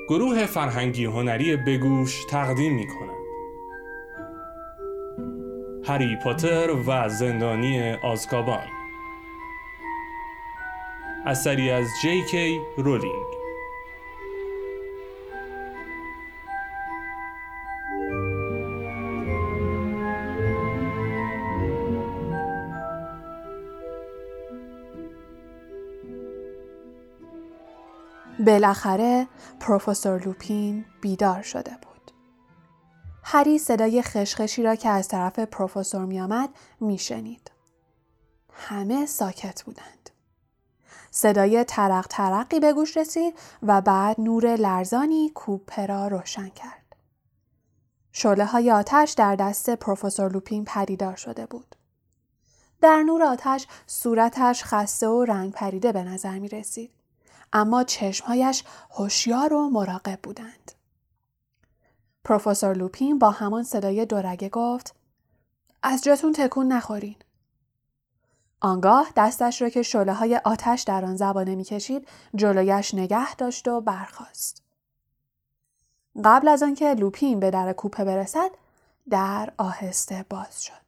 گروه فرهنگی هنری بگوش تقدیم می‌کند. هری پاتر و زندانی آزکابان، اثری از جی.کی. رولینگ. بالاخره پروفسور لوپین بیدار شده بود. هری صدای خشخشی را که از طرف پروفسور می آمد می شنید. همه ساکت بودند. صدای ترق ترقی به گوش رسید و بعد نور لرزانی کوپه را روشن کرد. شعله‌های آتش در دست پروفسور لوپین پدیدار شده بود. در نور آتش صورتش خسته و رنگ پریده به نظر می رسید. اما چشمهایش هوشیار و مراقب بودند. پروفسور لوپین با همان صدای دورگه گفت: از جاتون تکون نخورین. آنگاه دستش را که شعله‌های آتش در آن زبانه می‌کشید جلویش نگه داشت و برخاست. قبل از آنکه لوپین به در کوپه برسد، در آهسته باز شد.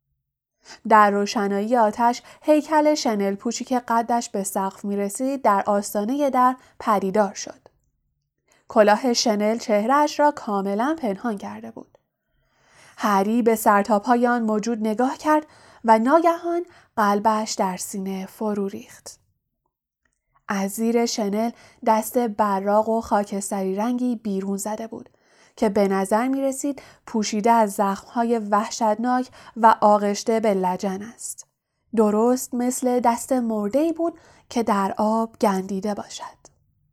در روشنایی آتش هیکل شنل پوچی که قدش به سقف می رسید در آستانه در پدیدار شد. کلاه شنل چهرهش را کاملا پنهان کرده بود. هری به سرتاپای آن موجود نگاه کرد و ناگهان قلبش در سینه فرو ریخت. از زیر شنل دست براق و خاکستری رنگی بیرون زده بود که به نظر می رسید پوشیده از زخمهای وحشتناک و آغشته به لجن است. درست مثل دست مرده‌ای بود که در آب گندیده باشد.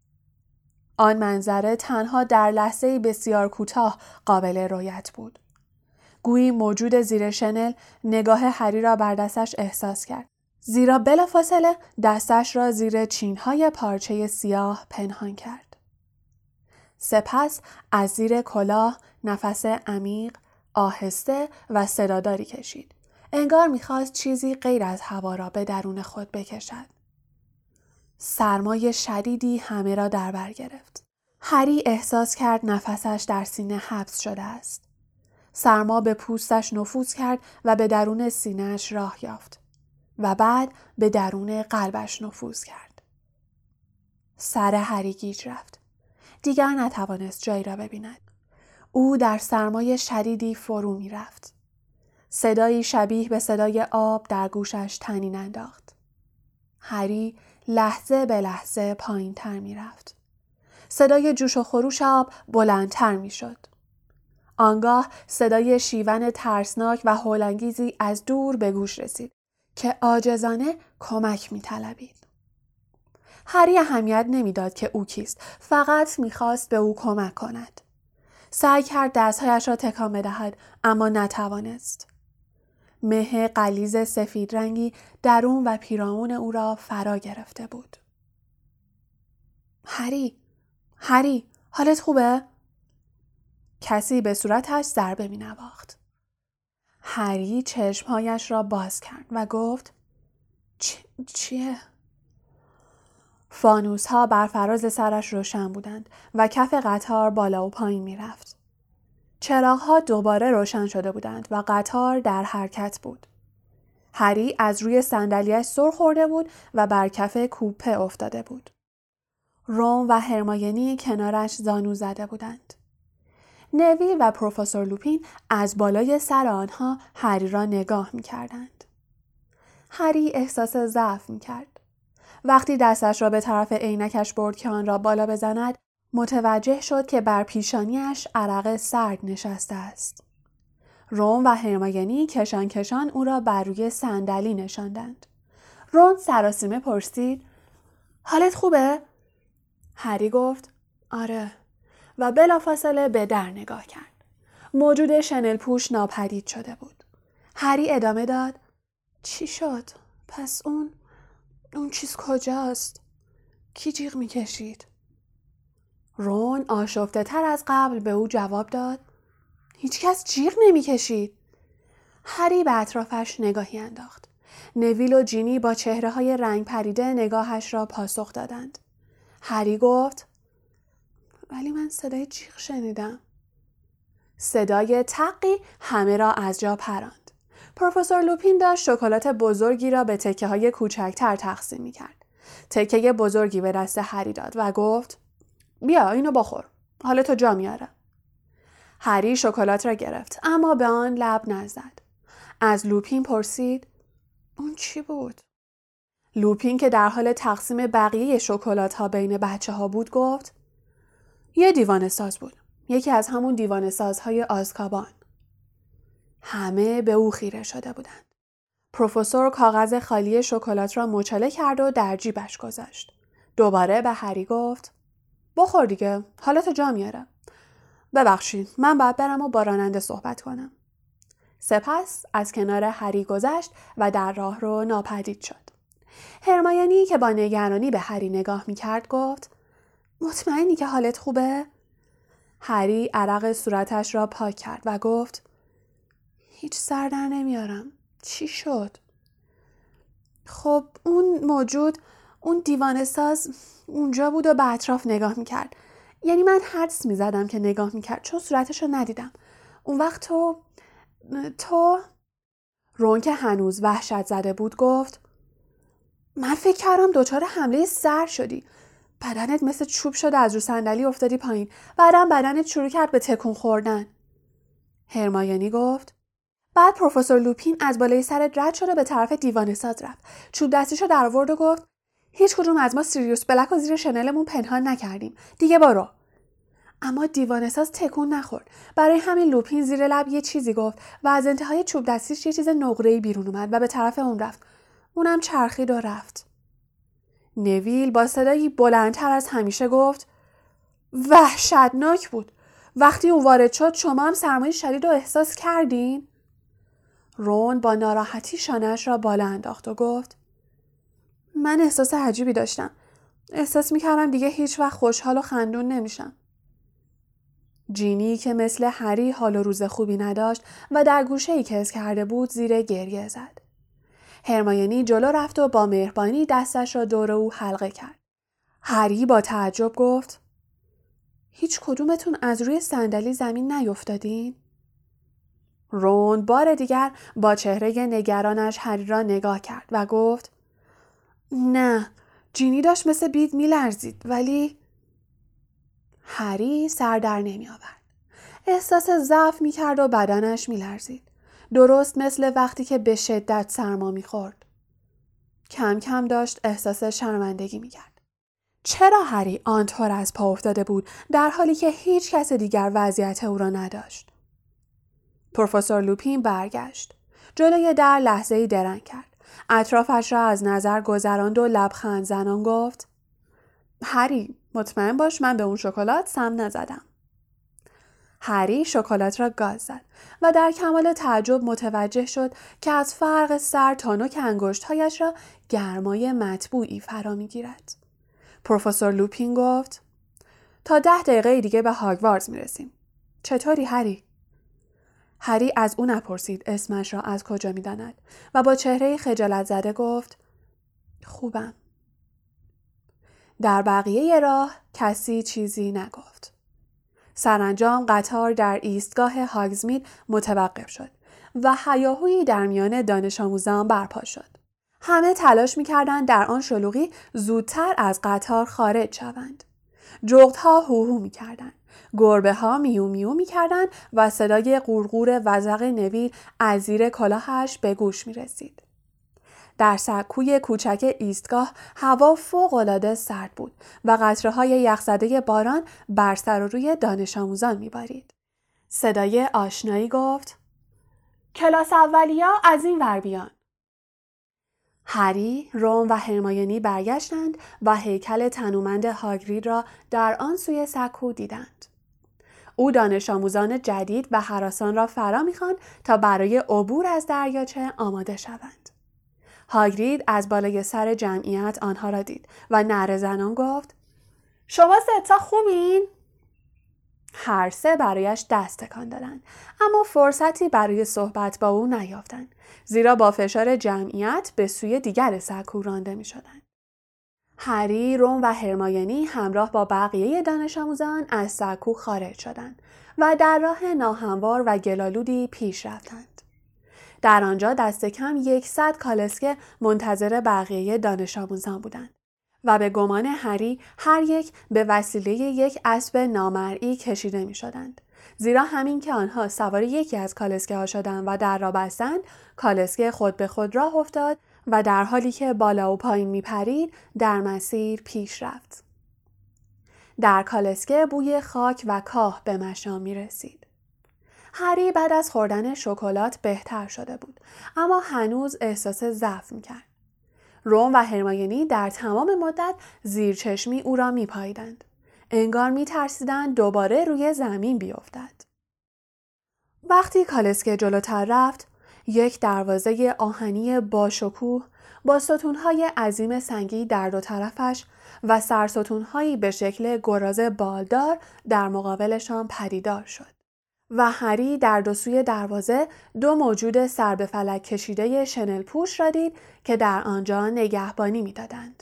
آن منظره تنها در لحظه‌ای بسیار کوتاه قابل رؤیت بود. گویی موجود زیر شنل نگاه هری را بر دستش احساس کرد. زیرا بلافاصله دستش را زیر چینهای پارچه سیاه پنهان کرد. سپس از زیر کلاه نفس عمیق، آهسته و صداداری کشید. انگار می‌خواست چیزی غیر از هوا را به درون خود بکشد. سرمای شدیدی همه را در بر گرفت. هری احساس کرد نفسش در سینه حبس شده است. سرما به پوستش نفوذ کرد و به درون سینه‌اش راه یافت و بعد به درون قلبش نفوذ کرد. سر هری گیج رفت. دیگر نتوانست جایی را ببیند. او در سرمای شدیدی فرو می رفت. صدایی شبیه به صدای آب در گوشش طنین انداخت. هری لحظه به لحظه پایین تر می رفت. صدای جوش و خروش آب بلندتر می شد. آنگاه صدای شیون ترسناک و هولانگیزی از دور به گوش رسید که عاجزانه کمک می طلبید. هری اهمیت نمیداد که او کیست، فقط میخواست به او کمک کند. سعی کرد دستهایش را تکان بدهد اما نتوانست. مه غلیظ سفید رنگی درون و پیرامون او را فرا گرفته بود. هری، حالت خوبه؟ کسی به صورتش ضربه می نواخت. هری چشمهایش را باز کرد و گفت: چیه؟ فانوس ها بر فراز سرش روشن بودند و کف قطار بالا و پایین می رفت. چراغ ها دوباره روشن شده بودند و قطار در حرکت بود. هری از روی صندلی‌اش سر خورده بود و بر کف کوپه افتاده بود. رون و هرماینی کنارش زانو زده بودند. نویل و پروفسور لوپین از بالای سر آنها هری را نگاه می کردند. هری احساس ضعف می کرد. وقتی دستش را به طرف عینکش برد که آن را بالا بزند، متوجه شد که بر پیشانیش عرق سرد نشسته است. رون و هرماینی کشان کشان او را بر روی صندلی نشاندند. رون سراسیمه پرسید: حالت خوبه؟ هری گفت: آره، و بلافاصله به در نگاه کرد. موجود شنل پوش ناپدید شده بود. هری ادامه داد: چی شد؟ پس اون چیز کجاست؟ کی جیغ میکشید؟ رون آشفته تر از قبل به او جواب داد: هیچ کس جیغ نمیکشید. هری به اطرافش نگاهی انداخت. نویل و جینی با چهره‌های رنگ پریده نگاهش را پاسخ دادند. هری گفت: ولی من صدای جیغ شنیدم. صدای تقی همه را از جا پراند. پروفسور لوپین داشت شکلات بزرگی را به تکه‌های کوچکتر تقسیم می‌کرد. تکه بزرگی به دست هری داد و گفت بیا اینو بخور. حالتو جا میاره. هری شکلات را گرفت اما به آن لب نزد. از لوپین پرسید اون چی بود؟ لوپین که در حال تقسیم بقیه شکلات‌ها بین بچه‌ها بود گفت یه دیوانه ساز بود. یکی از همون دیوانه سازهای آزکابان. همه به او خیره شده بودند. پروفسور کاغذ خالی شکلات را مچاله کرد و در جیبش گذاشت. دوباره به هری گفت بخور دیگه، حالتو جا میاره. ببخشید، من باید برم و با راننده صحبت کنم. سپس از کنار هری گذشت و در راه رو ناپدید شد. هرمیونی که با نگرانی به هری نگاه میکرد گفت مطمئنی که حالت خوبه؟ هری عرق صورتش را پاک کرد و گفت هیچ سر در نمیارم. چی شد؟ خب اون دیوانه ساز اونجا بود و به اطراف نگاه میکرد. یعنی من حدس میزدم که نگاه میکرد چون صورتش رو ندیدم. اون وقت تو رون که هنوز وحشت زده بود گفت من فکر کردم دچار حمله سر شدی. بدنت مثل چوب شده از رو صندلی افتادی پایین. بعدم بدنت شروع کرد به تکون خوردن. هرمیونی گفت بعد پروفسور لوپین از بالای سرت رد شده به طرف دیوانه ساز رفت. چوب دستیشو در آورد و گفت هیچ کدوم از ما سیریوس بلک رو زیر شنلمون پنهان نکردیم. دیگه برو. اما دیوانه ساز تکون نخورد. برای همین لوپین زیر لب یه چیزی گفت و از انتهای چوب دستیش یه چیز نقره‌ای بیرون اومد و به طرف اون رفت. اونم چرخید و رفت. نویل با صدایی بلندتر از همیشه گفت وحشتناک بود. وقتی اون وارد شد شما هم سرمای شدید رو احساس کردین؟ رون با ناراحتی شانه‌اش را بالا انداخت و گفت من احساس عجیبی داشتم. احساس میکردم دیگه هیچ وقت خوشحال و خندون نمیشم. جینی که مثل هری حال و روز خوبی نداشت و در گوشه‌ای کز کرده بود زیر گریه زد. هرمیونی جلو رفت و با مهربانی دستش را دور او حلقه کرد. هری با تعجب گفت هیچ کدومتون از روی صندلی زمین نیفتادین؟ رون بار دیگر با چهره نگرانش هری را نگاه کرد و گفت نه، جینی داشت مثل بید میلرزید ولی هری سر در نمی آورد. احساس ضعف می کرد و بدنش می لرزید. درست مثل وقتی که به شدت سرما می خورد. کم کم داشت احساس شرمندگی می کرد. چرا هری آنطور از پا افتاده بود در حالی که هیچ کس دیگر وضعیت او را نداشت؟ پروفسور لوپین برگشت. جلوی در لحظه‌ای درنگ کرد. اطرافش را از نظر گذراند و لبخند زنان گفت هری مطمئن باش من به اون شکلات سم نزدم. هری شکلات را گاز زد و در کمال تعجب متوجه شد که از فرق سر تا نوک انگشت‌هایش را گرمای مطبوعی فرا می‌گیرد. پروفسور لوپین گفت تا 10 دقیقه دیگه به هاگوارتس میرسیم. چطوری هری؟ هری از او نپرسید اسمش را از کجا می‌داند و با چهره خجالت زده گفت خوبم. در بقیه راه کسی چیزی نگفت. سرانجام قطار در ایستگاه هاگزمید متوقف شد و هیاهویی در میان دانش آموزان برپا شد. همه تلاش می‌کردند در آن شلوغی زودتر از قطار خارج شوند. جغدها هوهو می‌کردند. گربه‌ها میو میو می‌کردند و صدای قورقور وزغ نویل از زیر کلاهش به گوش می‌رسید. در سکوی کوچک ایستگاه هوا فوق‌العاده سرد بود و قطره‌های یخزده باران بر سر و روی دانش آموزان می‌بارید. صدای آشنایی گفت کلاس اولیا از این ور بیان. هری، رون و هرمیونی برگشتند و هیکل تنومند هاگرید را در آن سوی سکو دیدند. او دانش آموزان جدید و هراسان را فرا می‌خواند تا برای عبور از دریاچه آماده شوند. هاگرید از بالای سر جمعیت آنها را دید و نعره زنان گفت شما 3 خوبین؟ هر 3 برایش دست تکان دادند اما فرصتی برای صحبت با او نیافتند زیرا با فشار جمعیت به سوی دیگر سکو رانده می شدند. هری، رون و هرماینی همراه با بقیه دانش آموزان از سکو خارج شدند و در راه ناهموار و گلالودی پیش رفتند. در آنجا دست کم 100 کالسکه منتظر بقیه دانش آموزان بودند و به گمان هری هر یک به وسیله یک اسب نامرئی کشیده می شدند. زیرا همین که آنها سوار یکی از کالسکه ها شدند و در را بستند، کالسکه خود به خود راه افتاد و در حالی که بالا و پایین می پرید در مسیر پیش رفت. در کالسکه بوی خاک و کاه به مشام می رسید. هری بعد از خوردن شکلات بهتر شده بود، اما هنوز احساس ضعف می کرد. رون و هرماینی در تمام مدت زیر چشمی او را می پاییدند. انگار می ترسیدند دوباره روی زمین بیفتد. وقتی کالسکه جلوتر رفت، یک دروازه آهنی باشکوه با ستونهای عظیم سنگی در دو طرفش و سرستونهایی به شکل گراز بالدار در مقابلشان پدیدار شد و هری در دو سوی دروازه 2 موجود سر به فلک کشیده شنل پوش را دید که در آنجا نگهبانی می‌دادند.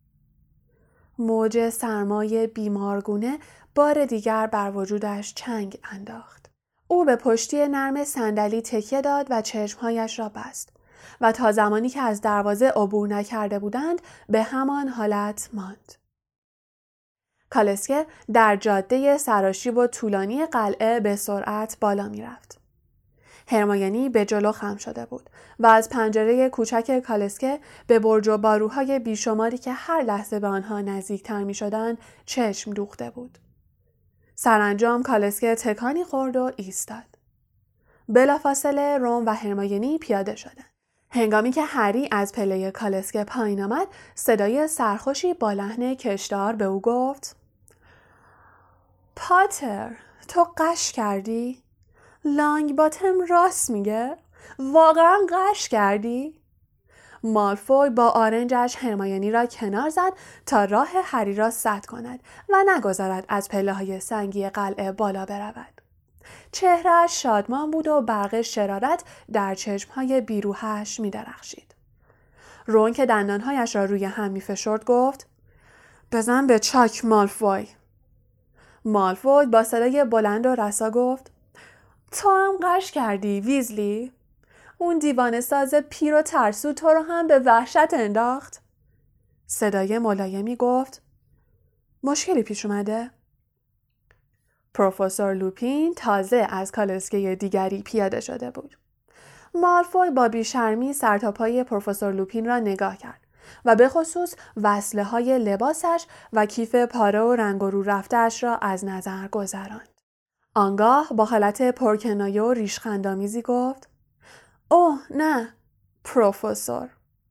موج سرمای بیمارگونه بار دیگر بر وجودش چنگ انداخت. او به پشتی نرم صندلی تکیه داد و چشمهایش را بست و تا زمانی که از دروازه عبور نکرده بودند به همان حالت ماند. کالسکه در جاده سراشیب و طولانی قلعه به سرعت بالا می رفت. هرماینی به جلو خم شده بود و از پنجره کوچک کالسکه به برج و باروهای بیشماری که هر لحظه به آنها نزدیکتر می شدند چشم دوخته بود. سرانجام کالسکه تکانی خورد و ایستاد. بلافاصله رون و هرماینی پیاده شدند. هنگامی که هری از پله کالسکه پایین آمد، صدای سرخوشی با لحن کشدار به او گفت: پاتر، تو غش کردی؟ لانگ باتم راست میگه؟ واقعا غش کردی؟ مالفوی با آرنجش هرماینی را کنار زد تا راه هری را سد کند و نگذارد از پله‌های سنگی قلعه بالا برود. چهره‌اش شادمان بود و برق شرارت در چشم‌های بیروحش می‌درخشید. رون که دندانهایش را روی هم می‌فشرد گفت: بزن به چاک مالفوی. مالفوی با صدای بلند و رسا گفت: تو هم غش کردی ویزلی؟ اون دیوانه ساز پیر و ترسو تو رو هم به وحشت انداخت؟ صدای ملایمی گفت: مشکلی پیش اومده؟ پروفسور لوپین تازه از کالسکه دیگری پیاده شده بود. مالفوی با بیشرمی سرتاپای پروفسور لوپین را نگاه کرد و به خصوص وصله های لباسش و کیف پاره و رنگ و رو رفته‌اش را از نظر گذراند. آنگاه با حالت پرکنایه و ریشخندآمیزی گفت: اوه نه، پروفسور.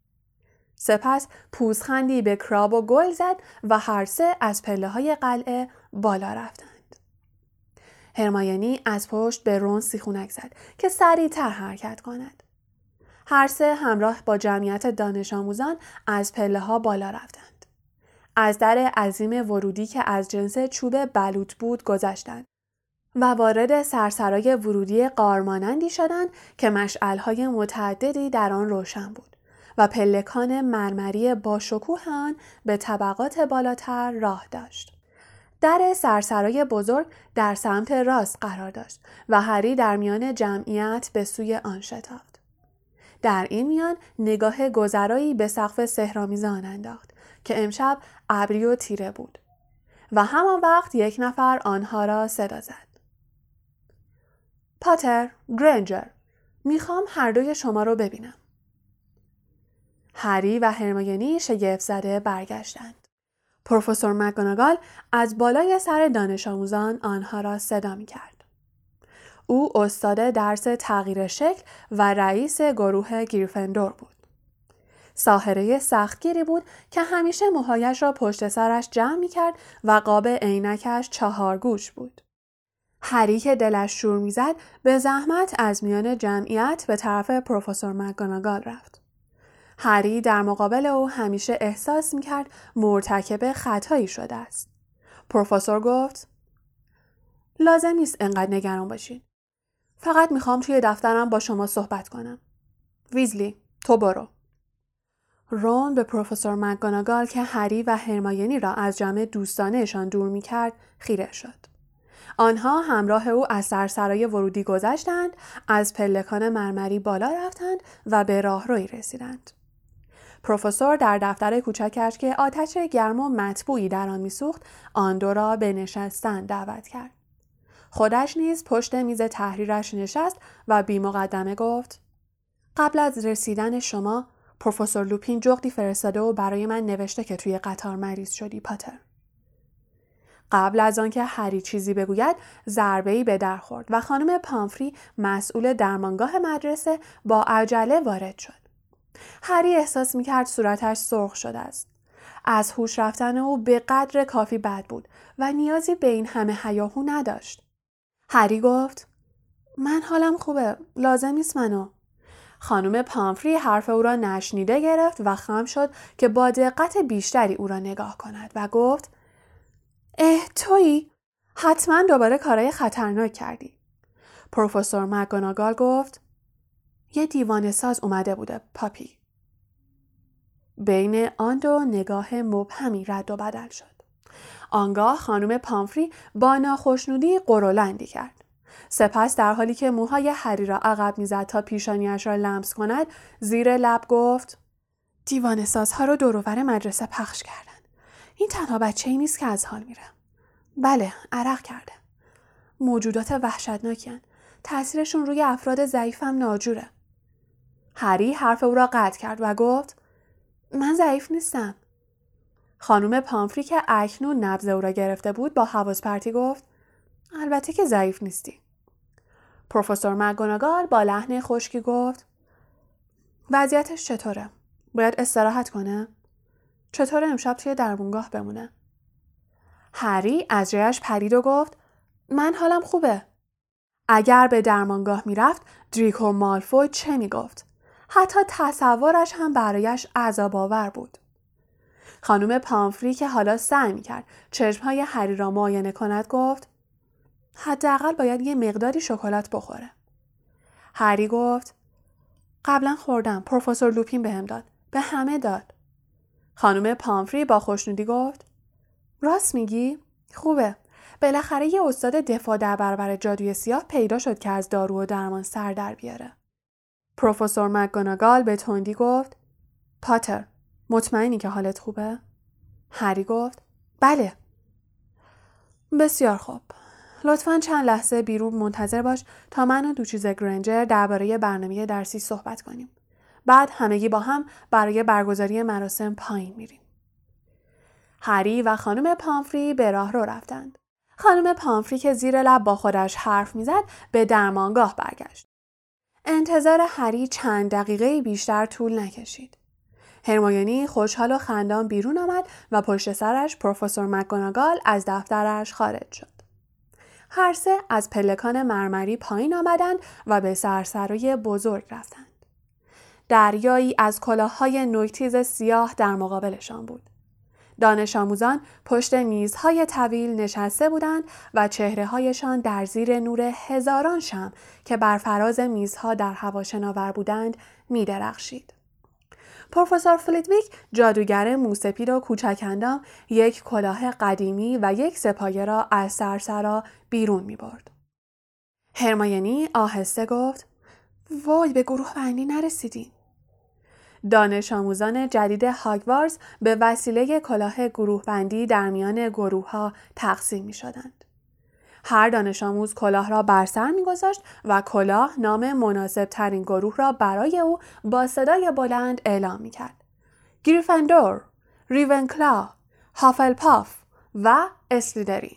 سپس پوزخندی به کراب و گل زد و هر سه از پله‌های قلعه بالا رفتند. هرماینی از پشت به رون سیخونک زد که سریع‌تر حرکت کند. هر سه همراه با جمعیت دانش آموزان از پله‌ها بالا رفتند. از در عظیم ورودی که از جنس چوب بلوط بود گذشتند و وارد سرسرای ورودی غارمانندی شدند که مشعل‌های متعددی در آن روشن بود و پلکان مرمری با شکوه آن به طبقات بالاتر راه داشت. در سرسرای بزرگ در سمت راست قرار داشت و هری در میان جمعیت به سوی آن شتافت. در این میان نگاه گذرایی به سقف سحرآمیز آن انداخت که امشب ابری و تیره بود و همان وقت یک نفر آنها را صدا زد: پاتر، گرنجر، میخوام هر دوی شما رو ببینم. هری و هرماینی شگفت زده برگشتند. پروفسور مکگوناگال از بالای سر دانش آموزان آنها را صدا می کرد. او استاد درس تغییر شکل و رئیس گروه گریفندور بود. ساحره سختگیری بود که همیشه موهایش را پشت سرش جمع می کرد و قاب عینکش 4 گوش بود. هری که دلش شور می زد به زحمت از میان جمعیت به طرف پروفسور مکگوناگال رفت. هری در مقابل او همیشه احساس می‌کرد مرتکب خطایی شده است. پروفسور گفت: لازم نیست انقدر نگران باشین. فقط میخوام توی دفترم با شما صحبت کنم. ویزلی، تو برو. رون به پروفسور مکگوناگال که هری و هرماینی را از جمع دوستانه‌شان دور می‌کرد خیره شد. آنها همراه او از سرسرای ورودی گذشتند، از پلکان مرمری بالا رفتند و به راهروی رسیدند. پروفسور در دفتر کوچکش که آتش گرم و مطبوعی در آن می‌سوخت، آن دو را به نشستن دعوت کرد. خودش نیز پشت میز تحریرش نشست و بی مقدمه گفت: قبل از رسیدن شما پروفسور لوپین جغدی فرستاده و برای من نوشته که توی قطار مریض شدی پاتر. قبل از آنکه هری چیزی بگوید ضربه‌ای به در خورد و خانم پامفری مسئول درمانگاه مدرسه با عجله وارد شد. هری احساس می‌کرد صورتش سرخ شده است. از هوش رفتن او به قدر کافی بد بود و نیازی به این همه هیاهو نداشت. هری گفت: من حالم خوبه، لازم نیست منو. خانم پامفری حرف او را نشنیده گرفت و خم شد که با دقت بیشتری او را نگاه کند و گفت: تویی؟ حتما دوباره کارای خطرناک کردی. پروفسور مکگوناگال گفت: یه دیوانه ساز اومده بوده پاپی. بین آن دو نگاه مبهمی رد و بدل شد. آنگاه خانم پامفری با ناخشنودی قرولندی کرد. سپس در حالی که موهای هری را عقب می‌زد تا پیشانیش را لمس کند، زیر لب گفت: دیوانه سازها رو دور و بر مدرسه پخش کردن. این تنها بچه‌ای نیست که از حال میره. بله، عرق کرده. موجودات وحشتناکی هستند. تأثیرشون روی افراد ضعیفم ناجوره. هری حرف او را قطع کرد و گفت: من ضعیف نیستم. خانم پامفری که اکنون نبض او را گرفته بود با حواس پرتی گفت: البته که ضعیف نیستی. پروفسور مکگوناگال با لحن خشکی گفت: وضعیتش چطوره؟ باید استراحت کنه؟ چطوره امشب توی درمونگاه بمونه؟ هری از جایش پرید و گفت: من حالم خوبه. اگر به درمانگاه میرفت دریکو مالفوی چه میگفت؟ حتی تصورش هم برایش عذاب آور بود. خانم پامفری که حالا سعی میکرد چشمهای هری را معاینه کند گفت: حداقل باید یه مقداری شکلات بخوره. هری گفت: قبلا خوردم، پروفسور لوپین بهم داد. به همه داد. خانم پامفری با خوشنودی گفت: راست میگی؟ خوبه. بالاخره یه استاد دفاع در برابر جادوی سیاه پیدا شد که از دارو و درمان سر در بیاره. پروفسور مکگوناگال به تندی گفت: پاتر، مطمئنی که حالت خوبه؟ هری گفت: بله. بسیار خوب. لطفاً چند لحظه بیرون منتظر باش تا من و دوچیز گرنجر درباره برنامه درسی صحبت کنیم. بعد همگی با هم برای برگزاری مراسم پایین میریم. هری و خانم پامفری به راه رو رفتند. خانم پامفری که زیر لب با خودش حرف میزد به درمانگاه برگشت. انتظار هری چند دقیقه بیشتر طول نکشید. هرمیونی خوشحال و خندان بیرون آمد و پشت سرش پروفسور مکگوناگال از دفترش خارج شد. هر سه از پلکان مرمری پایین آمدند و به سرسرای بزرگ رفتند. دریایی از کلاه‌های نوک‌تیز سیاه در مقابلشان بود. دانش آموزان پشت میزهای طویل نشسته بودند و چهره‌هایشان در زیر نور هزاران شمع که بر فراز میزها در هوا شناور بودند می‌درخشید. پروفسور فلیتویک جادوگر موسپید و کوچک‌اندام یک کلاه قدیمی و یک سپایه را از سرسرا بیرون می‌برد. هرمیونی آهسته گفت: وای، به گروه بندی نرسیدیم. دانش آموزان جدید هاگوارتس به وسیله کلاه گروه بندی در میان گروه‌ها تقسیم می‌شدند. هر دانش آموز کلاه را بر سر می‌گذاشت و کلاه نام مناسب ترین گروه را برای او با صدای بلند اعلام می‌کرد: گریفندور، ریونکلا، هافلپاف و اسلیدرین.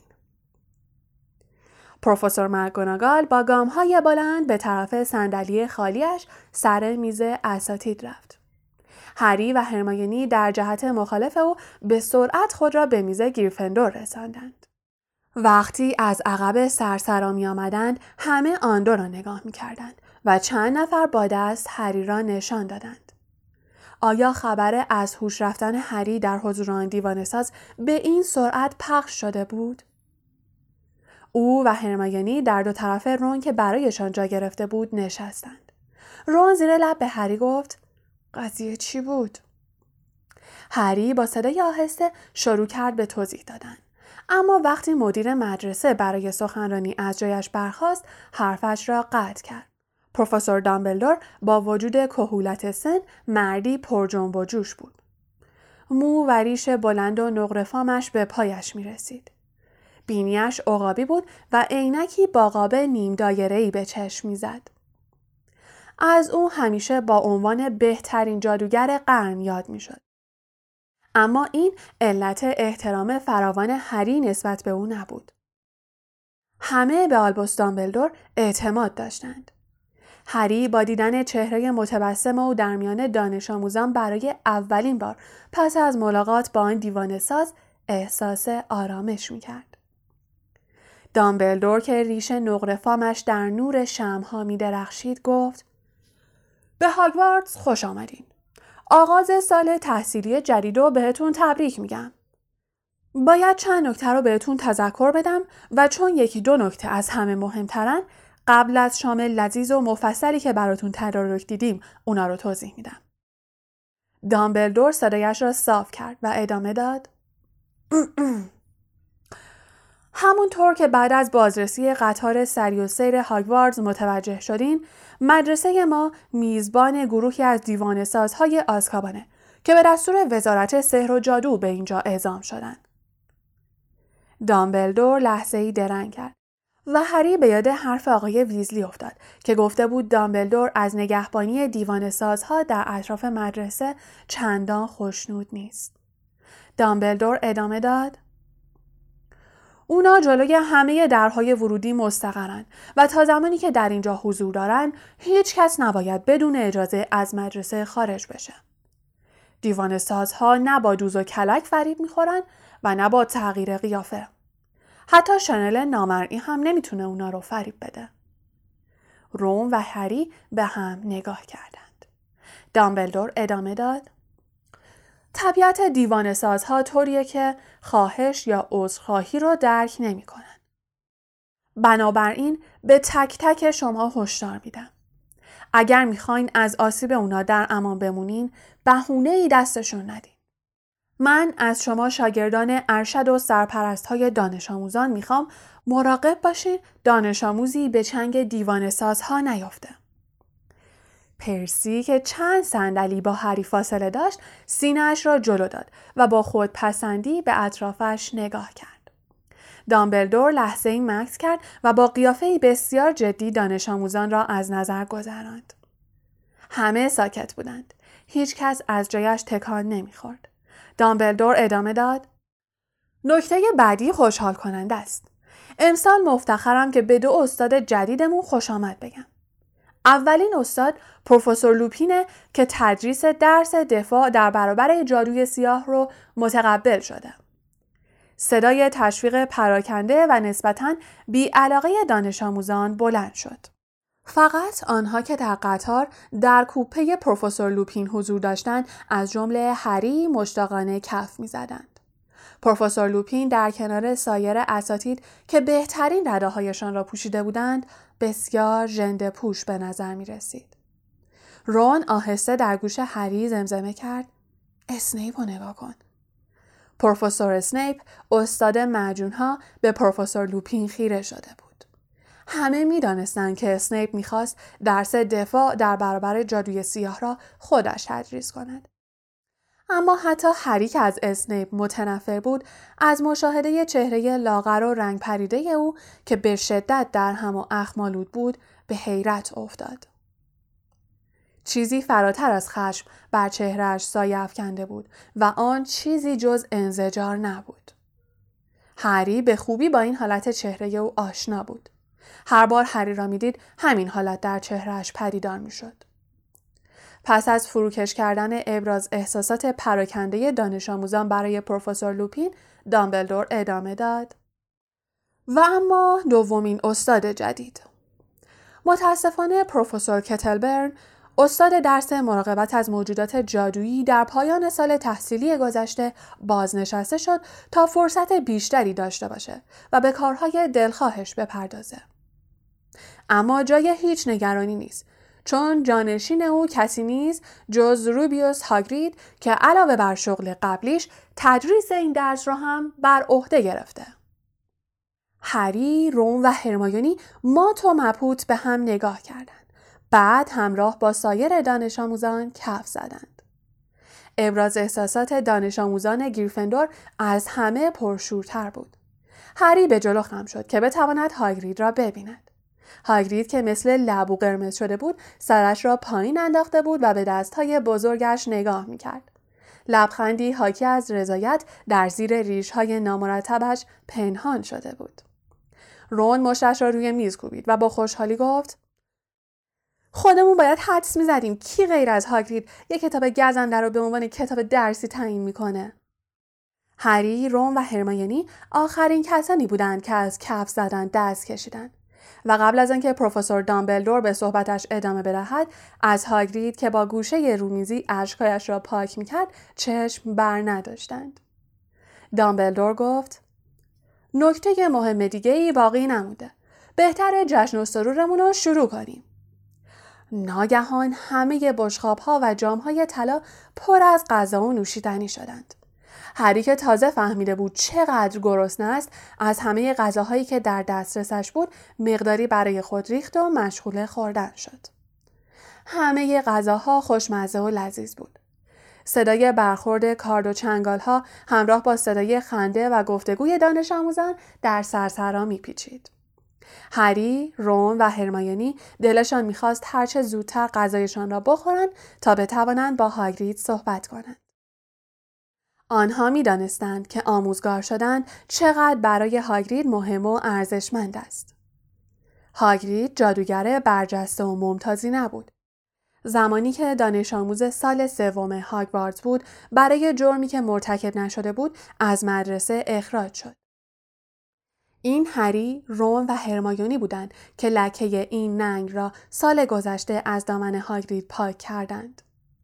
پروفسور مکگوناگال با گام‌های بلند به طرف صندلی خالیش سر میز اساتید رفت. هری و هرمیونی در جهت مخالف او به سرعت خود را به میز گریفندور رساندند. وقتی از عقب سرسرا می آمدند همه آن دو را نگاه می کردند و چند نفر با دست هری را نشان دادند. آیا خبر از هوش رفتن هری در حضور آن دیوانه‌ساز به این سرعت پخش شده بود؟ او و هرمیونی در دو طرف رون که برایشان جا گرفته بود نشستند. رون زیر لب به هری گفت: قضیه چی بود؟ هری با صدای آهسته شروع کرد به توضیح دادن. اما وقتی مدیر مدرسه برای سخنرانی از جایش برخاست، حرفش را قطع کرد. پروفسور دامبلدور با وجود کهولت سن مردی پر جنب و جوش بود. مو و ریش بلند و نقره‌فامش به پایش می رسید. بینیش عقابی بود و عینکی با قاب نیم دایره‌ای به چشم می زد. از او همیشه با عنوان بهترین جادوگر قرن یاد می شد. اما این علت احترام فراوان هری نسبت به او نبود. همه به آلبوس دامبلدور اعتماد داشتند. هری با دیدن چهره متبسم او در میان دانش آموزان برای اولین بار پس از ملاقات با آن دیوانه ساز احساس آرامش می کرد. دامبلدور که ریش نقره‌فامش در نور شمع‌ها می درخشید گفت: به هاگوارتس خوش آمدین. آغاز سال تحصیلی جدید رو بهتون تبریک میگم. باید چند نکته رو بهتون تذکر بدم و چون یکی دو نکته از همه مهمترن، قبل از شام لذیذ و مفصلی که براتون تدارک دیدیم اونا رو توضیح میدم. دامبلدور صدایش را صاف کرد و ادامه داد: همونطور که بعد از بازرسی قطار سری و سیر هاگوارتس متوجه شدین، مدرسه ما میزبان گروهی از دیوانه‌سازهای آزکابانه که به دستور وزارت سحر و جادو به اینجا اعزام شدن. دامبلدور لحظه‌ای درنگ کرد و هری به یاد حرف آقای ویزلی افتاد که گفته بود دامبلدور از نگهبانی دیوانه‌سازها در اطراف مدرسه چندان خوشنود نیست. دامبلدور ادامه داد: اونا جلوی همه درهای ورودی مستقرن و تا زمانی که در اینجا حضور دارن هیچ کس نباید بدون اجازه از مدرسه خارج بشه. دیوانه‌سازها نه با دوز و کلک فریب میخورن و نه با تغییر قیافه. حتی شنل نامرئی هم نمیتونه اونا رو فریب بده. رون و هری به هم نگاه کردند. دامبلدور ادامه داد: طبیعت دیوانه‌سازها طوریه که خواهش یا عذرخواهی رو درک نمی‌کنن. بنابراین به تک تک شما هشدار میدم. اگر میخواین از آسیب اونا در امان بمونین، بهونه‌ای دستشون ندین. من از شما شاگردان ارشد و سرپرست‌های دانش آموزان میخوام مراقب باشین دانش آموزی به چنگ دیوانه‌سازها نیافته. پرسی که چند صندلی با هری فاصله داشت سینه‌اش را جلو داد و با خودپسندی به اطرافش نگاه کرد. دامبلدور لحظه‌ای مکث کرد و با قیافه‌ای بسیار جدی دانش آموزان را از نظر گذراند. همه ساکت بودند. هیچ کس از جایش تکان نمی‌خورد. دامبلدور ادامه داد: نکته بعدی خوشحال کننده است. امسال مفتخرم که به 2 استاد جدیدمون خوش آمد بگم. اولین استاد پروفسور لوپینه که تدریس درس دفاع در برابر جادوی سیاه رو متقبل شده. صدای تشویق پراکنده و نسبتاً بی‌علاقه دانش آموزان بلند شد. فقط آنها که در قطار در کوپه پروفسور لوپین حضور داشتند از جمله هری مشتاقانه کف می‌زدند. پروفسور لوپین در کنار سایر اساتید که بهترین رداهایشان را پوشیده بودند بسیار ژنده پوش به نظر می رسید. رون آهسته در گوش هری زمزمه کرد: اسنیپ رو نگاه کن. پروفسور اسنیپ استاد معجونها به پروفسور لوپین خیره شده بود. همه می دانستند که اسنیپ می خواست درس دفاع در برابر جادوی سیاه را خودش تدریس کند. اما حتی هری که از اسنیپ متنفر بود از مشاهده چهره لاغر و رنگ پریده او که به شدت در هم و اخمالود بود به حیرت افتاد. چیزی فراتر از خشم بر چهرهش سایه افکنده بود و آن چیزی جز انزجار نبود. هری به خوبی با این حالت چهره او آشنا بود. هر بار هری را می‌دید همین حالت در چهرهش پدیدار می‌شد. پس از فروکش کردن ابراز احساسات پراکنده دانش آموزان برای پروفسور لوپین، دامبلدور ادامه داد: و اما دومین استاد جدید. متاسفانه پروفسور کتلبرن، استاد درس مراقبت از موجودات جادویی در پایان سال تحصیلی گذشته بازنشسته شد تا فرصت بیشتری داشته باشه و به کارهای دلخواهش بپردازه. اما جای هیچ نگرانی نیست. چون جانشین او کسی نیست جز روبیوس هاگرید که علاوه بر شغل قبلیش تدریس این درس را هم بر عهده گرفته. هری، رون و هرمایونی مات و مبهوت به هم نگاه کردند. بعد همراه با سایر دانش آموزان کف زدند. ابراز احساسات دانش آموزان گریفندور از همه پرشورتر بود. هری به جلو خم شد که بتواند هاگرید را ببیند. هاگرید که مثل لبو قرمز شده بود سرش را پایین انداخته بود و به دستهای بزرگش نگاه میکرد. لبخندی حاکی از رضایت در زیر ریشهای نامرتبش پنهان شده بود. رون مشتش را روی میز کوبید و با خوشحالی گفت خودمون باید حدس میزدیم کی غیر از هاگرید یک کتاب گزنده رو به عنوان کتاب درسی تعیین میکنه. هری، رون و هرمایونی آخرین کسانی بودند که از کف زدن دست کشیدند و قبل از اینکه پروفسور دامبلدور به صحبتش ادامه بدهد از هاگرید که با گوشه رومیزی اشکایش را پاک میکرد چشم بر نداشتند. دامبلدور گفت نکته مهم دیگه‌ای باقی نمونده. بهتره جشن و سرورمون رو شروع کنیم. ناگهان همه بشقاب‌ها و جام‌های طلا پر از غذا و نوشیدنی شدند. هری که تازه فهمیده بود چقدر گرسنه است از همه غذاهایی که در دسترسش بود مقداری برای خود ریخت و مشغول خوردن شد. همه غذاها خوشمزه و لذیذ بود. صدای برخورد کارد و چنگال‌ها همراه با صدای خنده و گفتگوی دانش آموزان در سرسرا می‌پیچید. هری، رون و هرمایونی دلشان می‌خواست هرچه زودتر غذایشان را بخورند تا بتوانند با هاگرید صحبت کنند. آنها می‌دانستند که آموزگار شدن چقدر برای هاگرید مهم و ارزشمند است. هاگرید جادوگر برجسته و ممتازی نبود. زمانی که دانش آموز سال 3 هاگوارتس بود برای جرمی که مرتکب نشده بود از مدرسه اخراج شد. این هری، رون و هرمایونی بودند که لکه این ننگ را سال گذشته از دامن هاگرید پاک کردند.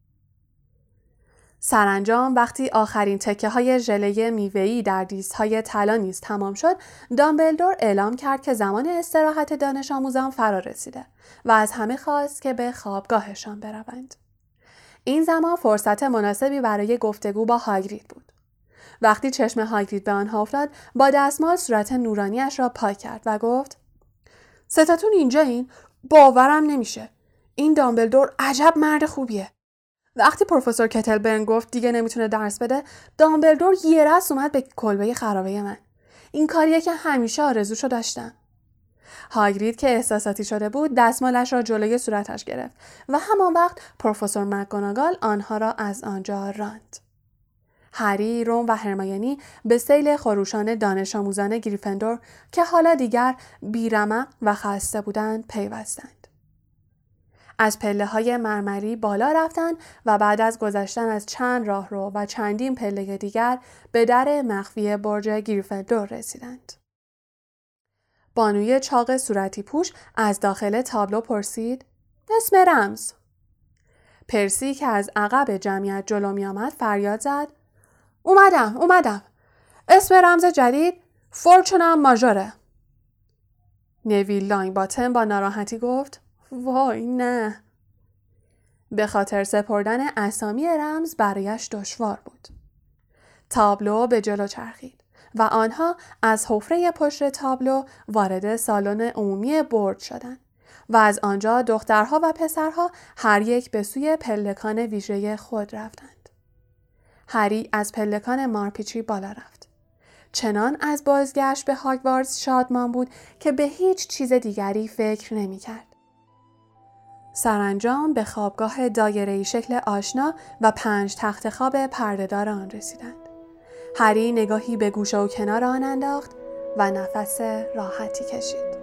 سرانجام وقتی آخرین تکه های ژله میوه‌ای در دیس‌های طلا نیز تمام شد، دامبلدور اعلام کرد که زمان استراحت دانش آموزان فرا رسیده و از همه خواست که به خوابگاهشان بروند. این زمان فرصت مناسبی برای گفتگو با هاگرید بود. وقتی چشم هاگرید به آنها افتاد، با دستمال صورت نورانیش را پاک کرد و گفت: ستاتون اینجایین؟ باورم نمیشه. این دامبلدور عجب مرد خوبیه. وقتی پروفسور کتلبرن گفت دیگه نمیتونه درس بده، دامبلدور یه رس اومد به کلبه خرابه من. این کاریه که همیشه آرزوشو داشتم. هاگرید که احساساتی شده بود دستمالش را جلوی صورتش گرفت و همان وقت پروفسور مکگوناگال آنها را از آنجا راند. هری، رون و هرمایونی به سیل خروشان دانش آموزان گریفندور که حالا دیگر بی‌رمق و خسته بودند پیوستند. از پله‌های مرمری بالا رفتند و بعد از گذشتن از چند راهرو و چندین پله دیگر به در مخفی برج گریفندور رسیدند. بانوی چاق صورتی پوش از داخل تابلو پرسید: اسم رمز؟ پرسی که از عقب جمعیت جلو می آمد فریاد زد: اومدم. اسم رمز جدید فورچونا ماژوره. نویل لانگباتم با ناراحتی گفت: وای نه. به خاطر سپردن اسامی رمز برایش دشوار بود. تابلو به جلو چرخید و آنها از حفره پشت تابلو وارد سالن عمومی برج شدند و از آنجا دخترها و پسرها هر یک به سوی پلکان ویژه خود رفتند. هری از پلکان مارپیچی بالا رفت. چنان از بازگشت به هاگوارتس شادمان بود که به هیچ چیز دیگری فکر نمی کرد. سرانجام به خوابگاه دایره‌ای شکل آشنا و 5 تخت خواب پرده‌دار آن رسیدند. هری نگاهی به گوشه و کنار آن انداخت و نفس راحتی کشید.